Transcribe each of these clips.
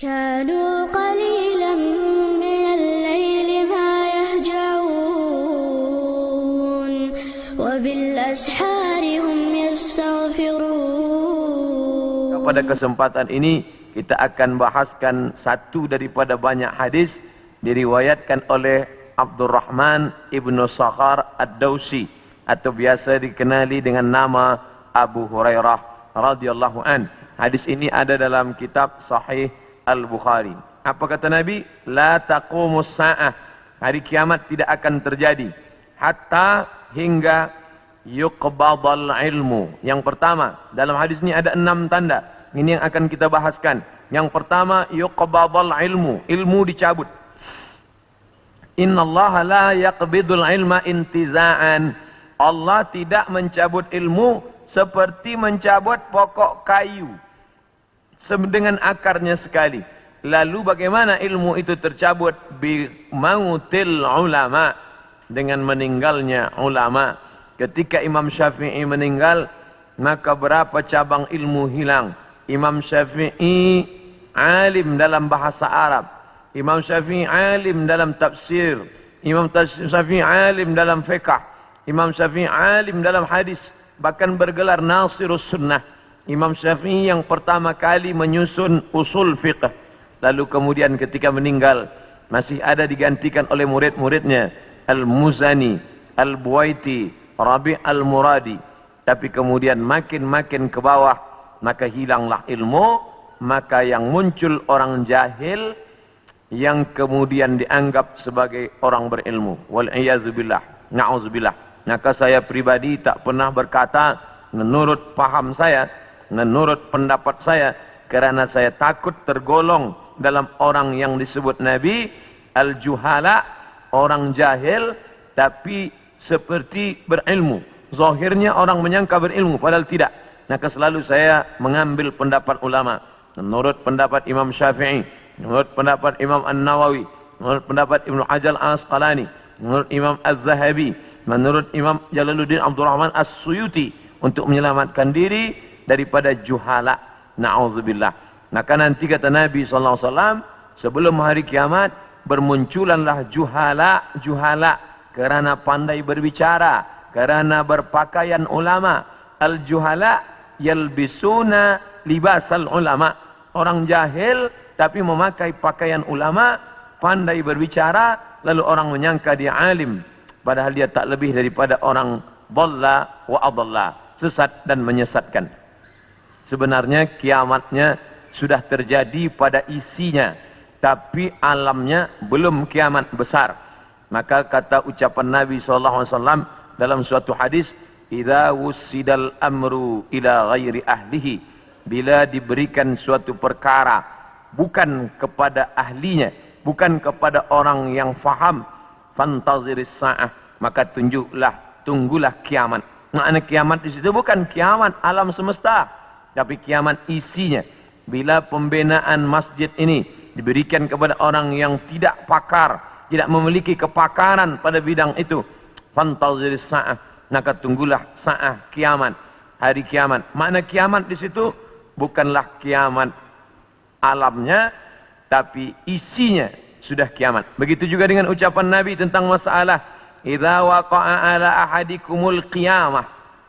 كانوا قليلا من الليل ما يهجعون وبالأسحار هم يستغفرون. Pada kesempatan ini kita akan bahaskan satu daripada banyak hadis diriwayatkan oleh Abdurrahman ibnu Sakhar ad-Dawsi atau biasa dikenali dengan nama Abu Hurairah radhiyallahu an. Hadis ini ada dalam kitab Sahih Al-Bukhari. Apa kata Nabi? La taqumus sa'ah. Hari kiamat tidak akan terjadi hatta hingga yuqbadal ilmu. Yang pertama, dalam hadis ini ada 6 tanda. Ini yang akan kita bahaskan. Yang pertama, yuqbadal ilmu. Ilmu dicabut. Innallaha la yaqbidul ilma intiza'an. Allah tidak mencabut ilmu seperti mencabut pokok kayu dengan akarnya sekali. Lalu bagaimana ilmu itu tercabut? Bi mautil ulama, dengan meninggalnya ulama. Ketika Imam Syafi'i meninggal, maka berapa cabang ilmu hilang. Imam Syafi'i alim dalam bahasa Arab, Imam Syafi'i alim dalam tafsir, Imam Syafi'i alim dalam fiqh, Imam Syafi'i alim dalam hadis, bahkan bergelar Nasirus Sunnah. Imam Syafi'i yang pertama kali menyusun usul fiqh. Lalu kemudian ketika meninggal masih ada digantikan oleh murid-muridnya Al-Muzani, Al-Buwaiti, Rabi' Al-Muradi. Tapi kemudian makin ke bawah maka hilanglah ilmu, maka yang muncul orang jahil yang kemudian dianggap sebagai orang berilmu. Wal'iyazubillah, na'udzubillah. Maka saya pribadi tak pernah berkata menurut paham saya, menurut pendapat saya, karena saya takut tergolong dalam orang yang disebut Nabi al-juhala, orang jahil tapi seperti berilmu. Zahirnya orang menyangka berilmu padahal tidak. Maka selalu saya mengambil pendapat ulama. Menurut pendapat Imam Syafi'i, menurut pendapat Imam An-Nawawi, menurut pendapat Ibnu Hajar Al-Asqalani, menurut Imam Az-Zahabi, menurut Imam Jalaluddin Abdul Rahman As-Suyuti, untuk menyelamatkan diri daripada juhala. Na'udzubillah. Maka nanti kata Nabi SAW, sebelum hari kiamat bermunculanlah juhala kerana pandai berbicara, kerana berpakaian ulama. Al-juhala yalbisuna libasal ulama. Orang jahil tapi memakai pakaian ulama, pandai berbicara, lalu orang menyangka dia alim, padahal dia tak lebih daripada orang dhalla wa adalla, sesat dan menyesatkan. Sebenarnya kiamatnya sudah terjadi pada isinya, tapi alamnya belum kiamat besar. Maka kata ucapan Nabi SAW dalam suatu hadis, idza wussidal amru ila ghairi ahlihi, bila diberikan suatu perkara bukan kepada ahlinya, bukan kepada orang yang faham, fantaziris sa'ah, maka tunggulah kiamat. Makna kiamat di situ bukan kiamat alam semesta, tapi kiamat isinya. Bila pembinaan masjid ini diberikan kepada orang yang tidak pakar, tidak memiliki kepakaran pada bidang itu, fantaziris sa'ah, maka tunggulah sa'ah, kiamat, hari kiamat. Makna kiamat di situ bukanlah kiamat alamnya, tapi isinya sudah kiamat. Begitu juga dengan ucapan Nabi tentang masalah idza waqa'a ala ahadikumul qiyamah,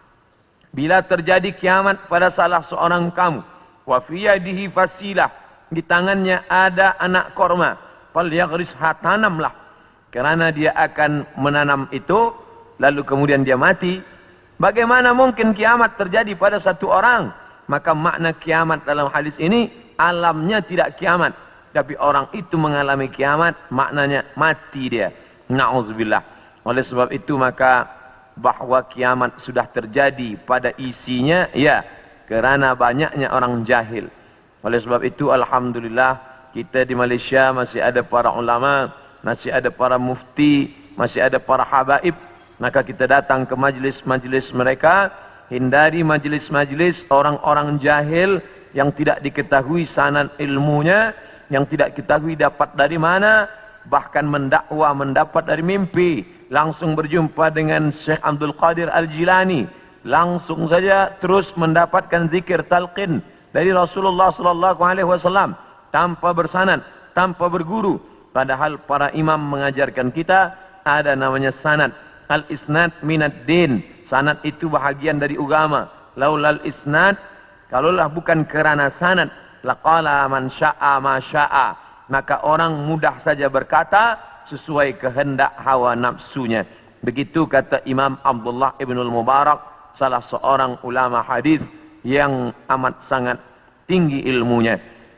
bila terjadi kiamat pada salah seorang kamu, wa fi yadihi fasilah, di tangannya ada anak korma, falyaghrisha, tanamlah, kerana dia akan menanam itu, lalu kemudian dia mati. Bagaimana mungkin kiamat terjadi pada satu orang? Maka makna kiamat dalam hadis ini, alamnya tidak kiamat, tapi orang itu mengalami kiamat, maknanya mati dia. Na'udzubillah. Oleh sebab itu maka bahwa kiamat sudah terjadi pada isinya, ya, kerana banyaknya orang jahil. Oleh sebab itu alhamdulillah kita di Malaysia masih ada para ulama, masih ada para mufti, masih ada para habaib. Maka kita datang ke majlis-majlis mereka, hindari majlis-majlis orang-orang jahil yang tidak diketahui sanad ilmunya, yang tidak diketahui dapat dari mana, bahkan mendakwa mendapat dari mimpi. Langsung berjumpa dengan Syekh Abdul Qadir Al-Jilani, langsung saja terus mendapatkan zikir talqin dari Rasulullah SAW. tanpa bersanad, tanpa berguru. Padahal para imam mengajarkan kita ada namanya sanad. Al-isnad minad din. Sanad itu bahagian dari agama. Laulal isnad, kalaulah bukan kerana sanad, laqala man sya'a ma sya'a. Maka orang mudah saja berkata sesuai kehendak hawa nafsunya. Begitu kata Imam Abdullah ibn al-Mubarak, salah seorang ulama hadis yang amat sangat tinggi ilmunya.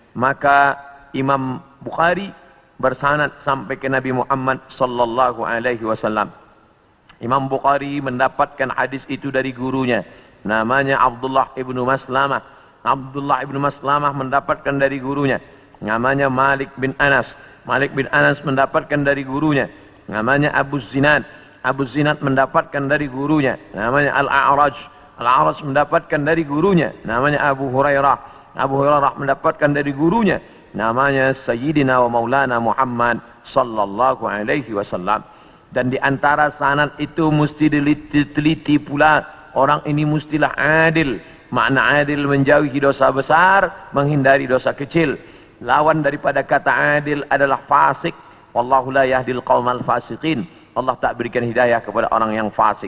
Maka Imam Bukhari bersanad sampai ke Nabi Muhammad sallallahu alaihi wasallam. Imam Bukhari mendapatkan hadis itu dari gurunya, namanya Abdullah ibnu Maslamah. Abdullah ibnu Maslamah mendapatkan dari gurunya, namanya Malik bin Anas. Malik bin Anas mendapatkan dari gurunya, namanya Abu Zinad. Abu Zinad mendapatkan dari gurunya, namanya Al-A'raj. Al-A'raj mendapatkan dari gurunya, namanya Abu Hurairah. Abu Hurairah mendapatkan dari gurunya, namanya Sayyidina wa Maulana Muhammad sallallahu alaihi wasallam. Dan di antara sanad itu mesti diteliti pula, orang ini mestilah adil. Makna adil menjauhi dosa besar, menghindari dosa kecil. Lawan daripada kata adil adalah fasik. Wallahu la yahdil qaumal fasiqin. Allah tak berikan hidayah kepada orang yang fasik.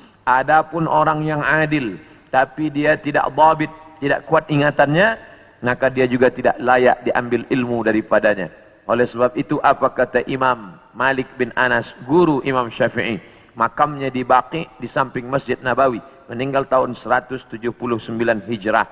Adapun orang yang adil tapi dia tidak dhabit, tidak kuat ingatannya, maka dia juga tidak layak diambil ilmu daripadanya. Oleh sebab itu apa kata Imam Malik bin Anas, guru Imam Syafi'i? Makamnya di Baqi di samping Masjid Nabawi, meninggal tahun 179 Hijrah.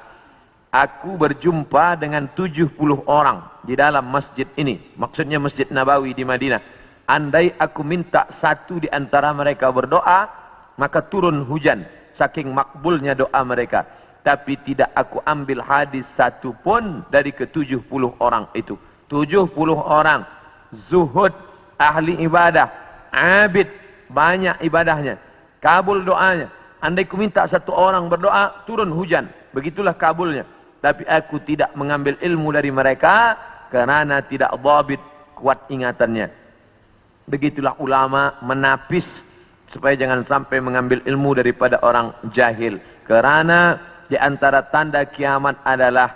Aku berjumpa dengan 70 orang di dalam masjid ini. Maksudnya Masjid Nabawi di Madinah. Andai aku minta satu di antara mereka berdoa, maka turun hujan. Saking makbulnya doa mereka. Tapi tidak aku ambil hadis satu pun dari ke-70 orang itu. 70 orang. Zuhud, ahli ibadah, abid, banyak ibadahnya. Kabul doanya. Andai aku minta satu orang berdoa, turun hujan. Begitulah kabulnya. Tapi aku tidak mengambil ilmu dari mereka kerana tidak dhabit, kuat ingatannya. Begitulah ulama menapis supaya jangan sampai mengambil ilmu daripada orang jahil. Kerana di antara tanda kiamat adalah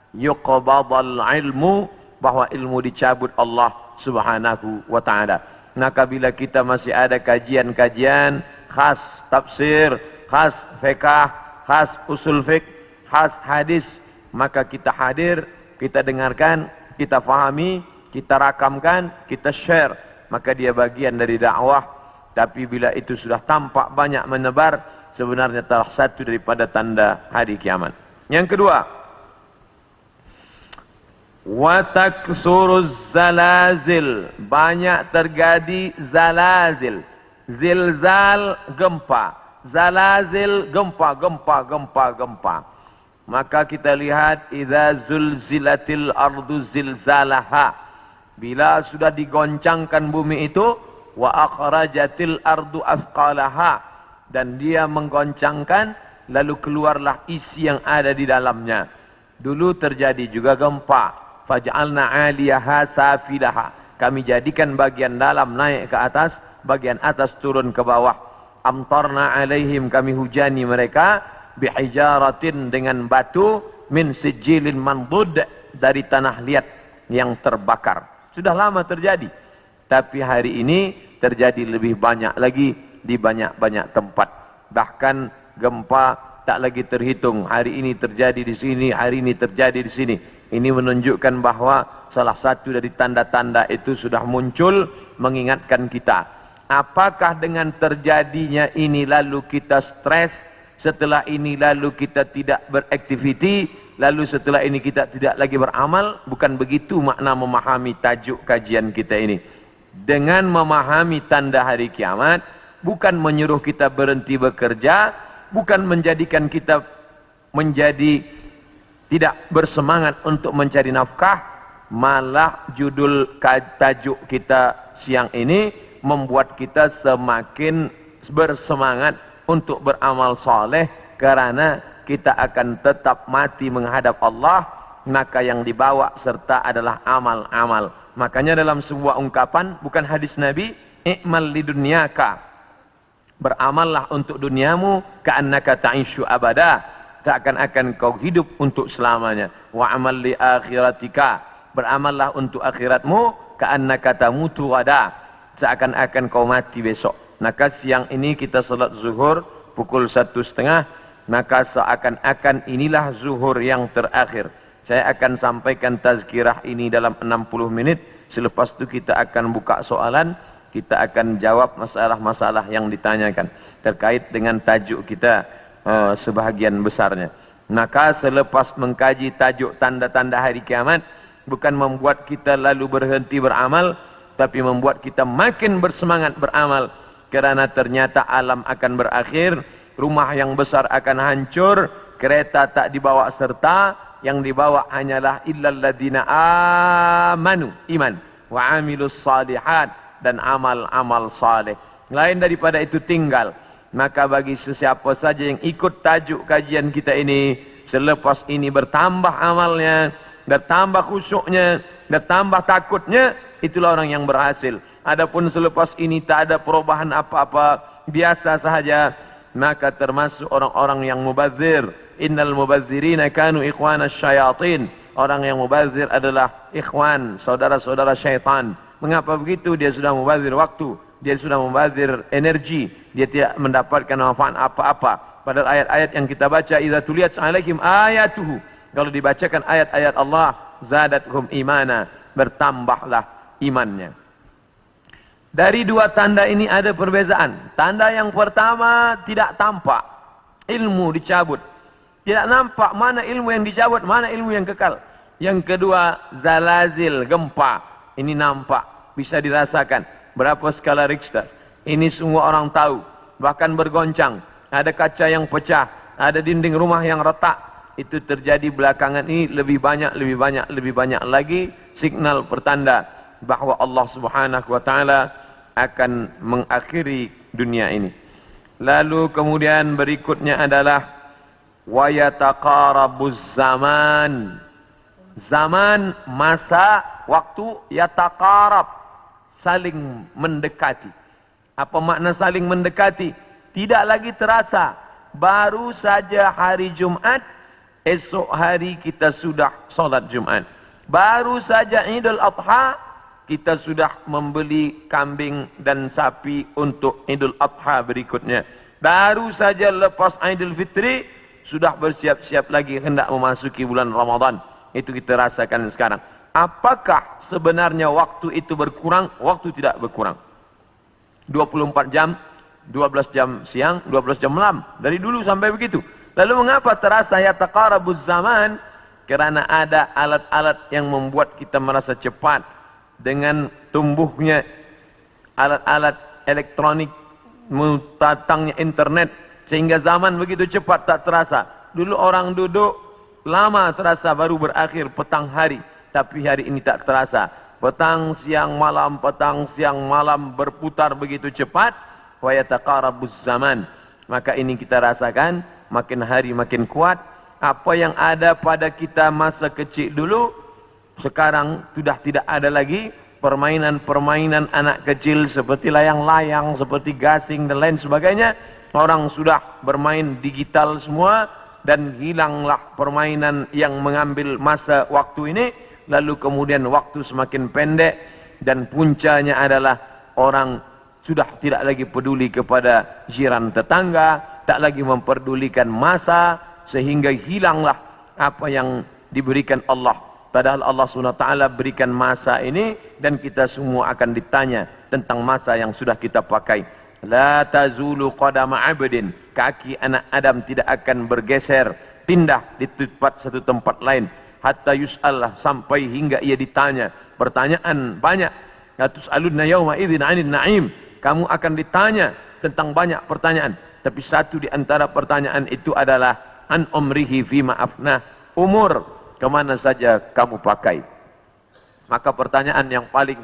yuqbadal ilmu, bahwa ilmu dicabut Allah Subhanahu wa taala. Maka bila kita masih ada kajian-kajian khas tafsir, khas fiqh, khas usul fiqh, khas hadis, maka kita hadir, kita dengarkan, kita fahami, kita rakamkan, kita share, maka dia bagian dari dakwah. Tapi bila itu sudah tampak banyak menebar, sebenarnya salah satu daripada tanda hari kiamat. Yang kedua, wa taksuruz zalazil, banyak terjadi zalazil. Zilzal, gempa. Zalazil, gempa. Maka kita lihat idza zulzilatil ardu zilzalaha, bila sudah digoncangkan bumi itu, wa akhrajatil ardu athqalaha, dan dia menggoncangkan lalu keluarlah isi yang ada di dalamnya. Dulu terjadi juga gempa, faj'alna 'aliyaha safilaha, kami jadikan bagian dalam naik ke atas, bagian atas turun ke bawah. Amtarna 'alaihim, kami hujani mereka, bihijaratin, dengan batu, min sijilin mandud, dari tanah liat yang terbakar. Sudah lama terjadi, tapi hari ini terjadi lebih banyak lagi di banyak-banyak tempat. Bahkan gempa tak lagi terhitung. Hari ini terjadi di sini, hari ini terjadi di sini. Ini menunjukkan bahawa salah satu dari tanda-tanda itu sudah muncul mengingatkan kita. Apakah dengan terjadinya ini lalu kita stres, setelah ini lalu kita tidak beraktiviti, lalu setelah ini kita tidak lagi beramal? Bukan begitu makna memahami tajuk kajian kita ini. Dengan memahami tanda hari kiamat, bukan menyuruh kita berhenti bekerja, bukan menjadikan kita menjadi tidak bersemangat untuk mencari nafkah, malah judul tajuk kita siang ini membuat kita semakin bersemangat untuk beramal soleh, kerana kita akan tetap mati menghadap Allah. Maka yang dibawa serta adalah amal-amal. Makanya dalam sebuah ungkapan, bukan hadis Nabi, i'mal lidunyaka, beramallah untuk duniamu, ka'annaka ta'ishu abada, seakan-akan kau hidup untuk selamanya. Wa amal li akhiratika, beramallah untuk akhiratmu, ka'annaka tamutu ghadan, seakan-akan kau mati besok. Maka siang ini kita salat zuhur pukul 1:30, maka seakan-akan inilah zuhur yang terakhir. Saya akan sampaikan tazkirah ini dalam 60 menit. Selepas itu kita akan buka soalan, kita akan jawab masalah-masalah yang ditanyakan terkait dengan tajuk kita sebahagian besarnya. Maka selepas mengkaji tajuk tanda-tanda hari kiamat, bukan membuat kita lalu berhenti beramal, tapi membuat kita makin bersemangat beramal. Kerana ternyata alam akan berakhir, rumah yang besar akan hancur, kereta tak dibawa serta, yang dibawa hanyalah illal ladina amanu, iman, wa amilus salihat, dan amal-amal saleh. Lain daripada itu tinggal. Maka bagi sesiapa saja yang ikut tajuk kajian kita ini, selepas ini bertambah amalnya, bertambah khusyuknya, bertambah takutnya, itulah orang yang berhasil. Adapun selepas ini tak ada perubahan apa-apa, biasa sahaja, maka termasuk orang-orang yang mubazir. Innal mubazzirina kanu ikhwanas syayatin. Orang yang mubazir adalah ikhwan, saudara-saudara syaitan. Mengapa begitu? Dia sudah mubazir waktu, dia sudah mubazir energi, dia tidak mendapatkan manfaat apa-apa. Padahal ayat-ayat yang kita baca, idza tuliyat alaihim ayatuhu, kalau dibacakan ayat-ayat Allah, zadathum imana, bertambahlah imannya. Dari dua tanda ini ada perbezaan. Tanda yang pertama, tidak tampak, ilmu dicabut. Tidak nampak mana ilmu yang dicabut, mana ilmu yang kekal. Yang kedua, zalazil, gempa. Ini nampak, bisa dirasakan. Berapa skala Richter? Ini semua orang tahu. Bahkan bergoncang. Ada kaca yang pecah, ada dinding rumah yang retak. Itu terjadi belakangan ini lebih banyak lagi signal pertanda bahwa Allah Subhanahu wa taala akan mengakhiri dunia ini. Lalu kemudian berikutnya adalah wa yataqarabuz zaman. Zaman, masa, waktu, yataqarab, saling mendekati. Apa makna saling mendekati? Tidak lagi terasa. Baru saja hari Jumat, esok hari kita sudah solat Jumat. Baru saja Idul Adha, kita sudah membeli kambing dan sapi untuk Idul Adha berikutnya. Baru saja lepas Idul Fitri, sudah bersiap-siap lagi hendak memasuki bulan Ramadan. Itu kita rasakan sekarang. Apakah sebenarnya waktu itu berkurang? Waktu tidak berkurang. 24 jam, 12 jam siang, 12 jam malam. Dari dulu sampai begitu. Lalu mengapa terasa yataqarabuz zaman? Kerana ada alat-alat yang membuat kita merasa cepat. Dengan tumbuhnya alat-alat elektronik, datangnya internet, sehingga zaman begitu cepat tak terasa. Dulu orang duduk lama terasa, baru berakhir petang hari. Tapi hari ini tak terasa. Petang, siang, malam, petang, siang, malam berputar begitu cepat. Wa yataqarabuz zaman. Maka ini kita rasakan, makin hari makin kuat. Apa yang ada pada kita masa kecil dulu, sekarang sudah tidak ada lagi. Permainan-permainan anak kecil seperti layang-layang, seperti gasing dan lain sebagainya. Orang sudah bermain digital semua, dan hilanglah permainan yang mengambil masa waktu ini. Lalu kemudian waktu semakin pendek, dan puncanya adalah orang sudah tidak lagi peduli kepada jiran tetangga, tak lagi memperdulikan masa, sehingga hilanglah apa yang diberikan Allah. Padahal Allah SWT berikan masa ini, dan kita semua akan ditanya tentang masa yang sudah kita pakai. La tazulu qadama abdin, kaki anak Adam tidak akan bergeser, pindah di satu tempat lain. Hatta yus'al, sampai hingga ia ditanya. Pertanyaan banyak. La tus'alunna yawma idzin 'anil na'im. Kamu akan ditanya tentang banyak pertanyaan. Tapi satu di antara pertanyaan itu adalah an umrihi fima afnah. Umur kemana saja kamu pakai. Maka pertanyaan yang paling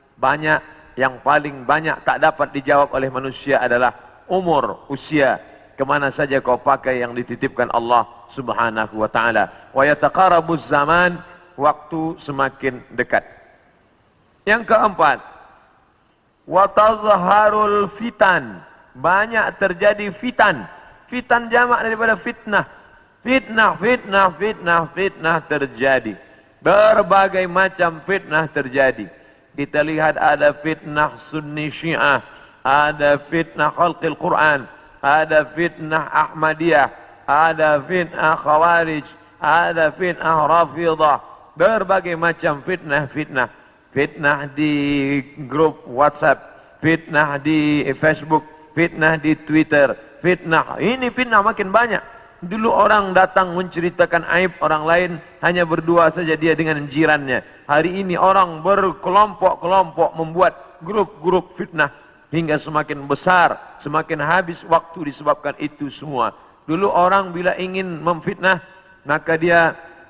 banyak tak dapat dijawab oleh manusia adalah umur, usia. Kemana saja kau pakai yang dititipkan Allah Subhanahu wa ta'ala. Wa yataqarabuz zaman, waktu semakin dekat. Yang keempat, wa tazharul fitan, banyak terjadi fitan. Fitan jamak daripada fitnah. Fitnah terjadi. Berbagai macam fitnah terjadi. Kita lihat ada fitnah Sunni Syiah, ada fitnah Khalqil Quran, ada fitnah Ahmadiyah, ada fitnah Khawarij, ada fitnah Rafidah. Berbagai macam fitnah-fitnah. Fitnah di grup WhatsApp, fitnah di Facebook, fitnah di Twitter, fitnah. Ini fitnah makin banyak. Dulu orang datang menceritakan aib orang lain, hanya berdua saja dia dengan jirannya. Hari ini orang berkelompok-kelompok membuat grup-grup fitnah. Hingga semakin besar, semakin habis waktu disebabkan itu semua. Dulu orang bila ingin memfitnah, maka dia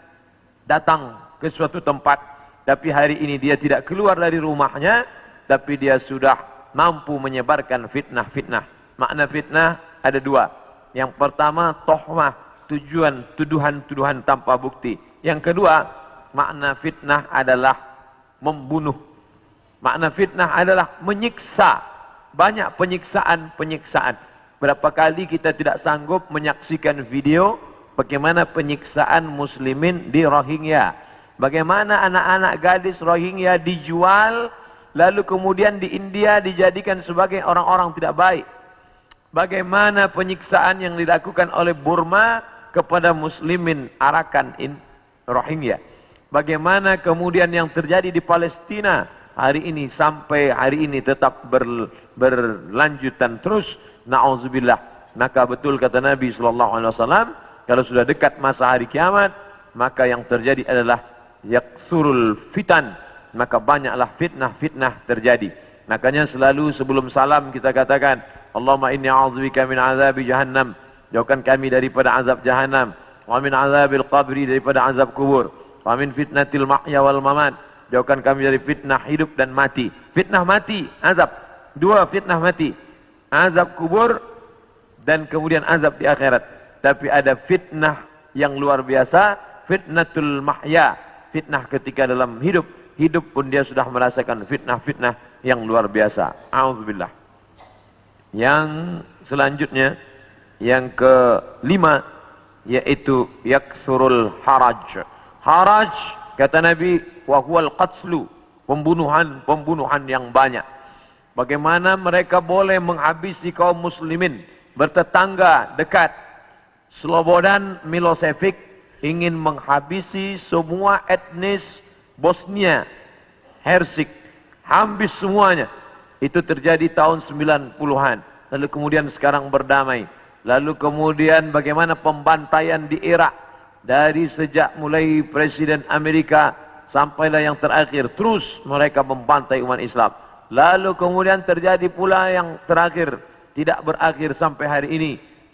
datang ke suatu tempat. Tapi hari ini dia tidak keluar dari rumahnya, tapi dia sudah mampu menyebarkan fitnah-fitnah. Makna fitnah ada dua. Yang pertama, tohmah, tuduhan-tuduhan tanpa bukti. Yang kedua, makna fitnah adalah membunuh. Makna fitnah adalah menyiksa. Banyak penyiksaan. Berapa kali kita tidak sanggup menyaksikan video bagaimana penyiksaan muslimin di Rohingya. Bagaimana anak-anak gadis Rohingya dijual, lalu kemudian di India dijadikan sebagai orang-orang tidak baik. Bagaimana penyiksaan yang dilakukan oleh Burma kepada muslimin Arakan Rohingya. Bagaimana kemudian yang terjadi di Palestina hari ini sampai hari ini tetap berlanjutan terus. Na'udzubillah. Maka betul kata Nabi SAW, kalau sudah dekat masa hari kiamat, maka yang terjadi adalah yaksurul fitan. Maka banyaklah fitnah-fitnah terjadi. Makanya selalu sebelum salam kita katakan, Allahumma inni a'udzubika min azabi jahannam. Jauhkan kami daripada azab jahannam. Wa min azabil qabri, daripada azab kubur. Wa min fitnatil mahya wal mamat. Jauhkan kami dari fitnah hidup dan mati. Fitnah mati, azab. Dua fitnah mati. Azab kubur dan kemudian azab di akhirat. Tapi ada fitnah yang luar biasa. Fitnatul mahya. Fitnah ketika dalam hidup. Hidup pun dia sudah merasakan fitnah-fitnah yang luar biasa. A'udzubillah. Yang selanjutnya, yang kelima, yaitu yaksurul haraj. Haraj, kata Nabi, wa huwal qatslu, pembunuhan yang banyak. Bagaimana mereka boleh menghabisi kaum muslimin bertetangga dekat. Slobodan Milosevic ingin menghabisi semua etnis Bosnia Hersek, habis semuanya. Itu terjadi tahun 90-an. Lalu kemudian sekarang berdamai. Lalu kemudian bagaimana pembantaian di Irak. Dari sejak mulai Presiden Amerika sampailah yang terakhir. Terus mereka membantai umat Islam. Lalu kemudian terjadi pula yang terakhir. Tidak berakhir sampai hari ini.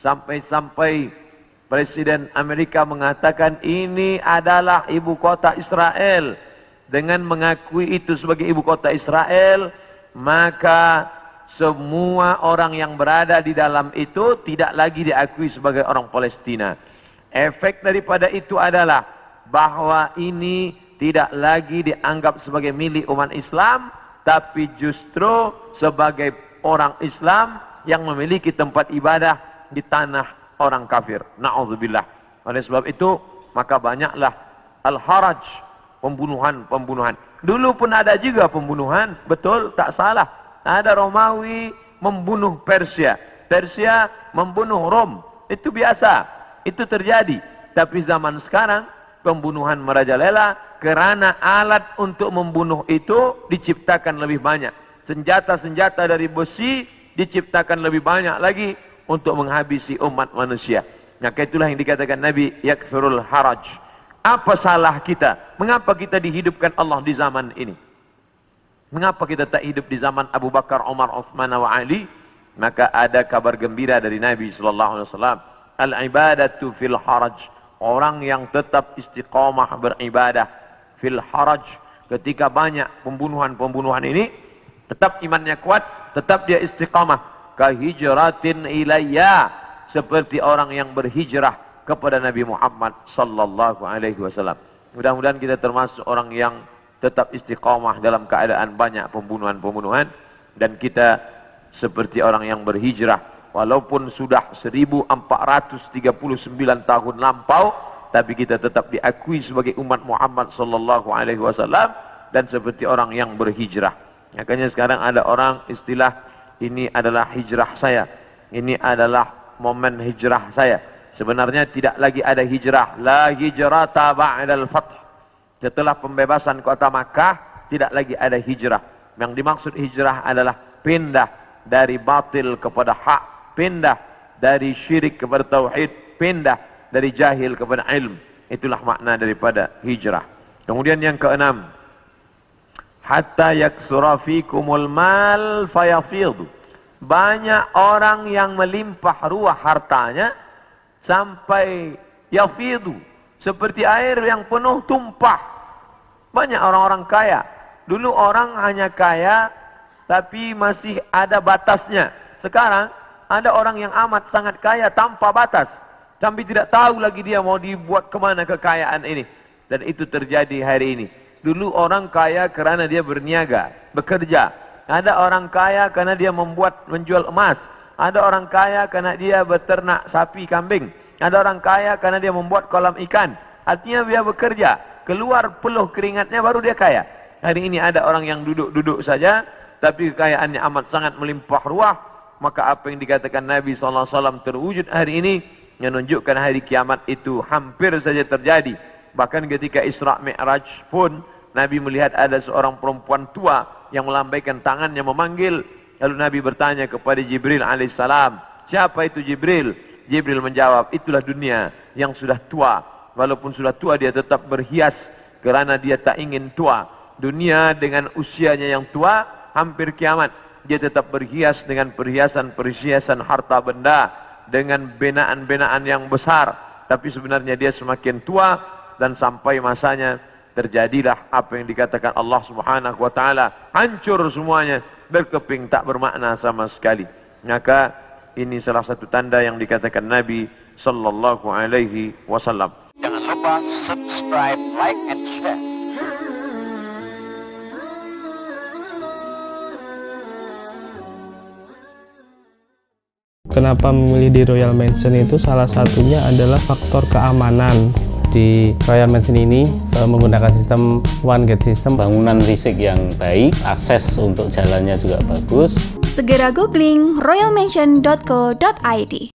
Sampai Presiden Amerika mengatakan ini adalah ibu kota Israel. Dengan mengakui itu sebagai ibu kota Israel, maka semua orang yang berada di dalam itu tidak lagi diakui sebagai orang Palestina. Efek daripada itu adalah bahwa ini tidak lagi dianggap sebagai milik umat Islam, tapi justru sebagai orang Islam yang memiliki tempat ibadah di tanah orang kafir. Na'udzubillah. Oleh sebab itu, maka banyaklah al-haraj, pembunuhan. Dulu pun ada juga pembunuhan, betul, tak salah. Ada Romawi membunuh Persia, Persia membunuh Rom. Itu biasa, itu terjadi. Tapi zaman sekarang pembunuhan merajalela karena alat untuk membunuh itu diciptakan lebih banyak. Senjata-senjata dari besi diciptakan lebih banyak lagi untuk menghabisi umat manusia. Maka itulah yang dikatakan Nabi, yakfirul haraj. Apa salah kita? Mengapa kita dihidupkan Allah di zaman ini? Mengapa kita tak hidup di zaman Abu Bakar, Umar, Uthman, wa Ali? Maka ada kabar gembira dari Nabi SAW. Al-ibadatu fil haraj. Orang yang tetap istiqamah beribadah fil haraj. Ketika banyak pembunuhan ini, tetap imannya kuat, tetap dia istiqamah. Kahijratin ilayya. Seperti orang yang berhijrah kepada Nabi Muhammad sallallahu alaihi wasallam. Mudah-mudahan kita termasuk orang yang tetap istiqamah dalam keadaan banyak pembunuhan dan kita seperti orang yang berhijrah walaupun sudah 1439 tahun lampau, tapi kita tetap diakui sebagai umat Muhammad sallallahu alaihi wasallam dan seperti orang yang berhijrah. Makanya sekarang ada orang istilah ini adalah hijrah saya. Ini adalah momen hijrah saya. Sebenarnya tidak lagi ada hijrah. La hijrata ba'dal fath. Setelah pembebasan kota Makkah, tidak lagi ada hijrah. Yang dimaksud hijrah adalah pindah dari batil kepada hak, pindah dari syirik kepada tauhid, pindah dari jahil kepada ilm. Itulah makna daripada hijrah. Kemudian yang keenam, hatta yaksura fikumul mal fayafidhu. Banyak orang yang melimpah ruah hartanya sampai yafidhu, seperti air yang penuh tumpah. Banyak orang-orang kaya. Dulu orang hanya kaya tapi masih ada batasnya. Sekarang ada orang yang amat sangat kaya tanpa batas, tapi tidak tahu lagi dia mau dibuat kemana kekayaan ini. Dan itu terjadi hari ini. Dulu orang kaya kerana dia berniaga, bekerja. Ada orang kaya kerana dia menjual emas. Ada orang kaya kerana dia beternak sapi, kambing. Ada orang kaya kerana dia membuat kolam ikan. Artinya dia bekerja, keluar peluh keringatnya baru dia kaya. Hari ini ada orang yang duduk-duduk saja, tapi kekayaannya amat sangat melimpah ruah. Maka apa yang dikatakan Nabi SAW terwujud hari ini, menunjukkan hari kiamat itu hampir saja terjadi. Bahkan ketika Isra Mi'raj pun, Nabi melihat ada seorang perempuan tua yang melambaikan tangannya memanggil. Lalu Nabi bertanya kepada Jibril alaihissalam, siapa itu Jibril? Jibril menjawab, itulah dunia yang sudah tua. Walaupun sudah tua dia tetap berhias kerana dia tak ingin tua. Dunia dengan usianya yang tua, hampir kiamat, dia tetap berhias dengan perhiasan-perhiasan harta benda, dengan binaan-binaan yang besar. Tapi sebenarnya dia semakin tua, dan sampai masanya terjadilah apa yang dikatakan Allah Subhanahu wa taala, hancur semuanya, berkeping tak bermakna sama sekali. Maka ini salah satu tanda yang dikatakan Nabi sallallahu alaihi wasallam. Jangan lupa subscribe, like, and share. Kenapa memilih di Royal Mansion itu salah satunya adalah faktor keamanan. Di Royal Mansion ini menggunakan sistem one gate system, bangunan risik yang baik, akses untuk jalannya juga bagus. Segera googling royalmansion.co.id.